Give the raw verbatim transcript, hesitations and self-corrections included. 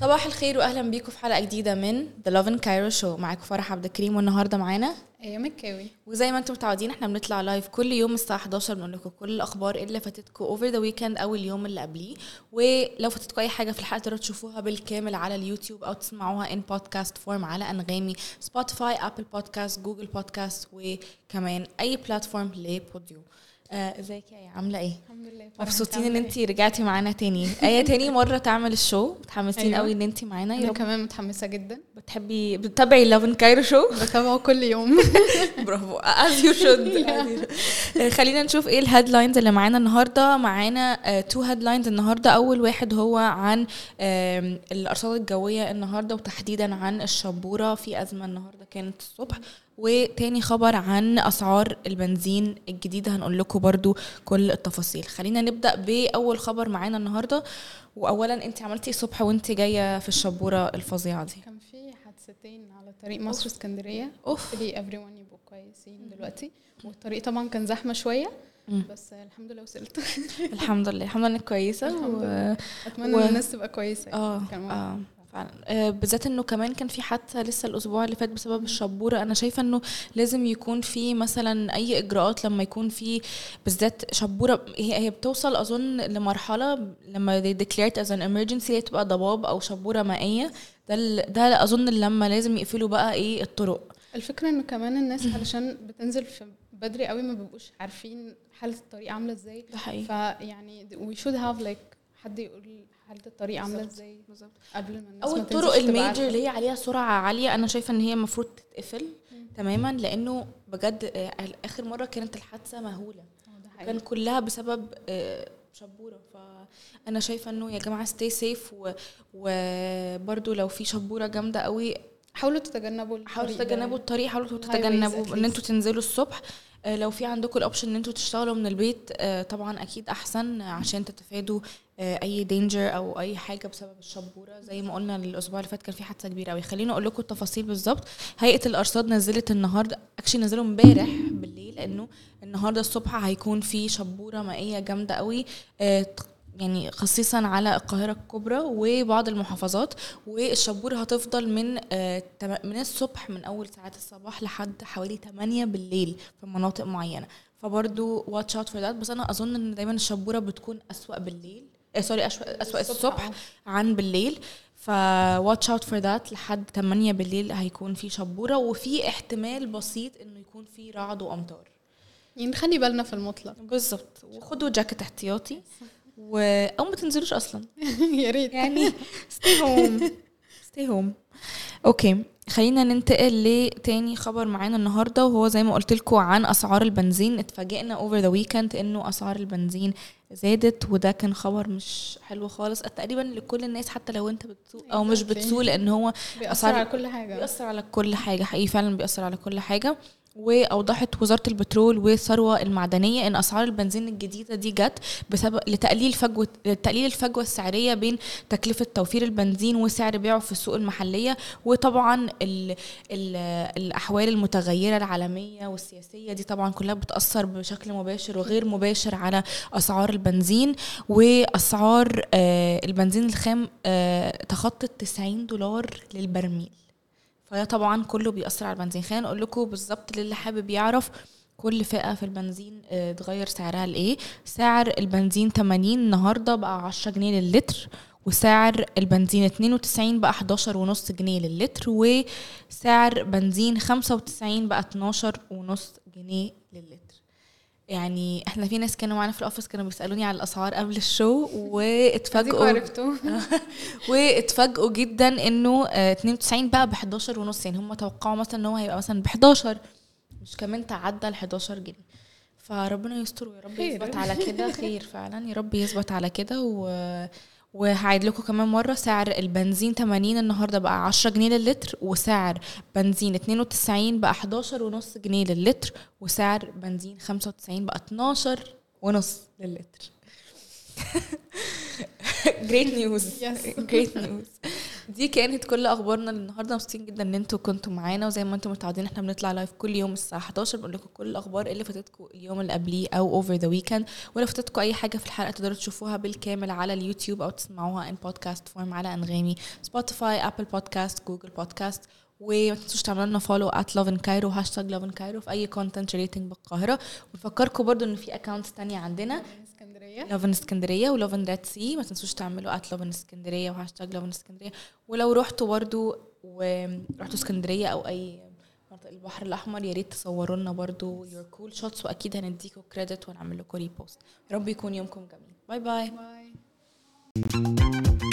صباح الخير واهلا بيكم في حلقه جديده من The Love in Cairo Show. معاكم فرح عبد الكريم والنهارده معانا ايام الكاوي. وزي ما انتم متعودين احنا بنطلع لايف كل يوم الساعه حداشر بنقول لكم كل الاخبار اللي فاتتكم اوفر ذا ويكند او اليوم اللي قبليه. ولو فاتتكم اي حاجه في الحلقه تقدروا تشوفوها بالكامل على اليوتيوب او تسمعوها ان بودكاست فورم على انغامي، سبوتيفاي، ابل بودكاست، جوجل بودكاست، وكمان اي بلاتفورم لبوديو. ازيك آه يا عامله ايه؟ الحمد لله. مبسوطين ان انتي رجعتي معانا تاني. ايه تاني مره تعمل الشو، متحمسين أيوة. قوي ان انتي معانا. انا كمان متحمسه جدا. بتحبي بتتابعي لاف ان كايرو شو؟ بتابعه كل يوم. برافو as you should. خلينا نشوف ايه الهيدلاينز اللي معانا النهارده. معانا تو هيدلاينز النهارده. اول واحد هو عن الارصاد الجويه النهارده وتحديدا عن الشبوره في ازمه النهارده كانت الصبح. وتاني خبر عن اسعار البنزين الجديده هنقول لكم برضو كل التفاصيل. خلينا نبدا باول خبر معانا النهارده. واولا انت عملتي الصبح وانت جايه في الشبوره الفظيعه دي؟ كان في حادثتين على طريق مصر اسكندريه. اوف لي everyone يبقوا كويسين دلوقتي. والطريق طبعا كان زحمه شويه مم. بس الحمد لله وصلت. الحمد لله الحمد لله انك كويسه. الحمد و... لله. اتمنى و... ان الناس تبقى كويسه. اه كمان اه فعلا. آه بالذات انه كمان كان في حادثه لسه الاسبوع اللي فات بسبب الشبوره. انا شايفه انه لازم يكون في مثلا اي اجراءات لما يكون في بالذات شبوره. هي هي بتوصل اظن لمرحله لما they declared as an emergency هي تبقى ضباب او شبوره مائيه. ده ده اظن لما لازم يقفلوا بقى ايه الطرق. الفكره انه كمان الناس علشان بتنزل في بدري قوي ما بيبقوش عارفين حاله الطريق عامله ازاي. ده حقيقي. فيعني we should have like حد يقول حالة الطريق عامله ازاي بالظبط قبل ما الناس او ما الطرق تنزلش تبقى الميجر عارفة. اللي هي عليها سرعه عاليه. انا شايفه ان هي المفروض تتقفل مم. تماما لانه بجد آه، اخر مره كانت الحادثه مهوله اه ده حقيقي. كان كلها بسبب آه، شبوره. فانا شايفه انه يا جماعه stay safe. وبرده لو في شبوره جامده قوي حاولوا تتجنبوا حاولوا الطريق تتجنبوا ده. الطريق. حاولوا الhighways تتجنبوا at ان انتوا least. تنزلوا الصبح. آه، لو في عندكم الاوبشن ان انتوا تشتغلوا من البيت آه، طبعا اكيد احسن عشان تتفادوا آه، اي دينجر او اي حاجه بسبب الشبوره. زي ما قلنا الاسبوع اللي فات كان في حادثه كبيره قوي. خليني اقول لكم التفاصيل بالظبط. هيئه الارصاد نزلت النهارده اكشلي نزلوا امبارح بالليل لانه النهارده الصبح هيكون في شبوره مائيه جامده قوي آه، يعني خصيصا على القاهرة الكبرى وبعض المحافظات. والشبورة هتفضل من آه من الصبح من أول ساعات الصباح لحد حوالي ثمانية بالليل في مناطق معينة. فبرضو watch out for that. بس أنا أظن أن دايما الشبورة بتكون أسوأ بالليل آه سوري أسوأ الصبح عن بالليل. ف watch out for that. لحد ثمانية بالليل هيكون في شبورة وفي احتمال بسيط أنه يكون في رعد وأمطار. يعني نخلي بالنا في المطلق. بالظبط. وخدوا جاكيت احتياطي و او ما تنزلوش اصلا. يا ريت يعني stay home stay home. اوكي خلينا ننتقل لتاني خبر معانا النهارده وهو زي ما قلت لكم عن اسعار البنزين. اتفاجئنا over the weekend انه اسعار البنزين زادت وده كان خبر مش حلو خالص تقريبا لكل الناس حتى لو انت بتسوق او مش بتسوق لان هو بيأثر على كل حاجه. بيأثر على كل حاجه حقيقي فعلا بيأثر على كل حاجه. واوضحت وزاره البترول والثروه المعدنيه ان اسعار البنزين الجديده دي جت بسبب لتقليل فجوه تقليل الفجوه السعريه بين تكلفه توفير البنزين وسعر بيعه في السوق المحليه. وطبعا ال ال الاحوال المتغيره العالميه والسياسيه دي طبعا كلها بتاثر بشكل مباشر وغير مباشر على اسعار البنزين. واسعار آه البنزين الخام آه تخطت تسعين دولار للبرميل. فده طبعا كله بيأثر على البنزين. خلينا نقول لكم بالظبط للي حابب يعرف كل فئة في البنزين اتغير سعرها لإيه. سعر البنزين ثمانين النهاردة بقى عشرة جنيه للتر. وسعر البنزين اثنين وتسعين بقى حداشر ونص جنيه للتر. وسعر بنزين خمسة وتسعين بقى اتناشر ونص جنيه للتر. يعني احنا في ناس كانوا معانا في الاوفيس كانوا بيسالوني على الاسعار قبل الشو واتفاجئوا واتفاجئوا جدا انه اثنين وتسعين بقى ب حداشر ونص. يعني هم توقعوا مثلا ان هو هيبقى مثلا ب حداشر مش كمان تعدى ال حداشر جنيه. فربنا يستر ويا رب يثبت على كده خير فعلا. يا رب يثبت على كده. و وهعيد لكم كمان مرة سعر البنزين ثمانين النهاردة بقى عشرة جنيه للتر. وسعر بنزين اثنين وتسعين بقى حداشر ونص جنيه للتر. وسعر بنزين خمسة وتسعين بقى اتناشر ونص للتر. great news yes. great news. دي كانت كل اخبارنا النهارده. مبسوطين جدا ان انتوا كنتوا معانا، وزي ما انتم متعودين احنا بنطلع لايف كل يوم الساعه حداشر بنقول لكم كل الاخبار اللي فاتتكم اليوم اللي قبليه او اوفر ذا ويكند. ولو فاتتكم اي حاجه في الحلقه تقدروا تشوفوها بالكامل على اليوتيوب او تسمعوها ان بودكاست فورم على انغامي، سبوتيفاي، ابل بودكاست، جوجل بودكاست. وما تنسوش تعملوا لنا فولو ات لوفن كايرو هاشتاج لوفن كايرو في اي كونتنت ريتنج بالقاهره. ونفكركم برضو ان في اكونتس تانية عندنا اسكندريه لوفن اسكندريه ولوفن ريد سي. ما تنسوش تعملوا ات لوفن اسكندريه وهاشتاج لوفن اسكندريه. ولو رحتوا برضو ورحتوا اسكندريه او اي منطقه البحر الاحمر يا ريت تصوروا لنا برضو يور كول شوتس، واكيد هنديكم كريدت ونعمل لكم ريبوست. يا رب يكون يومكم جميل. باي باي. باي.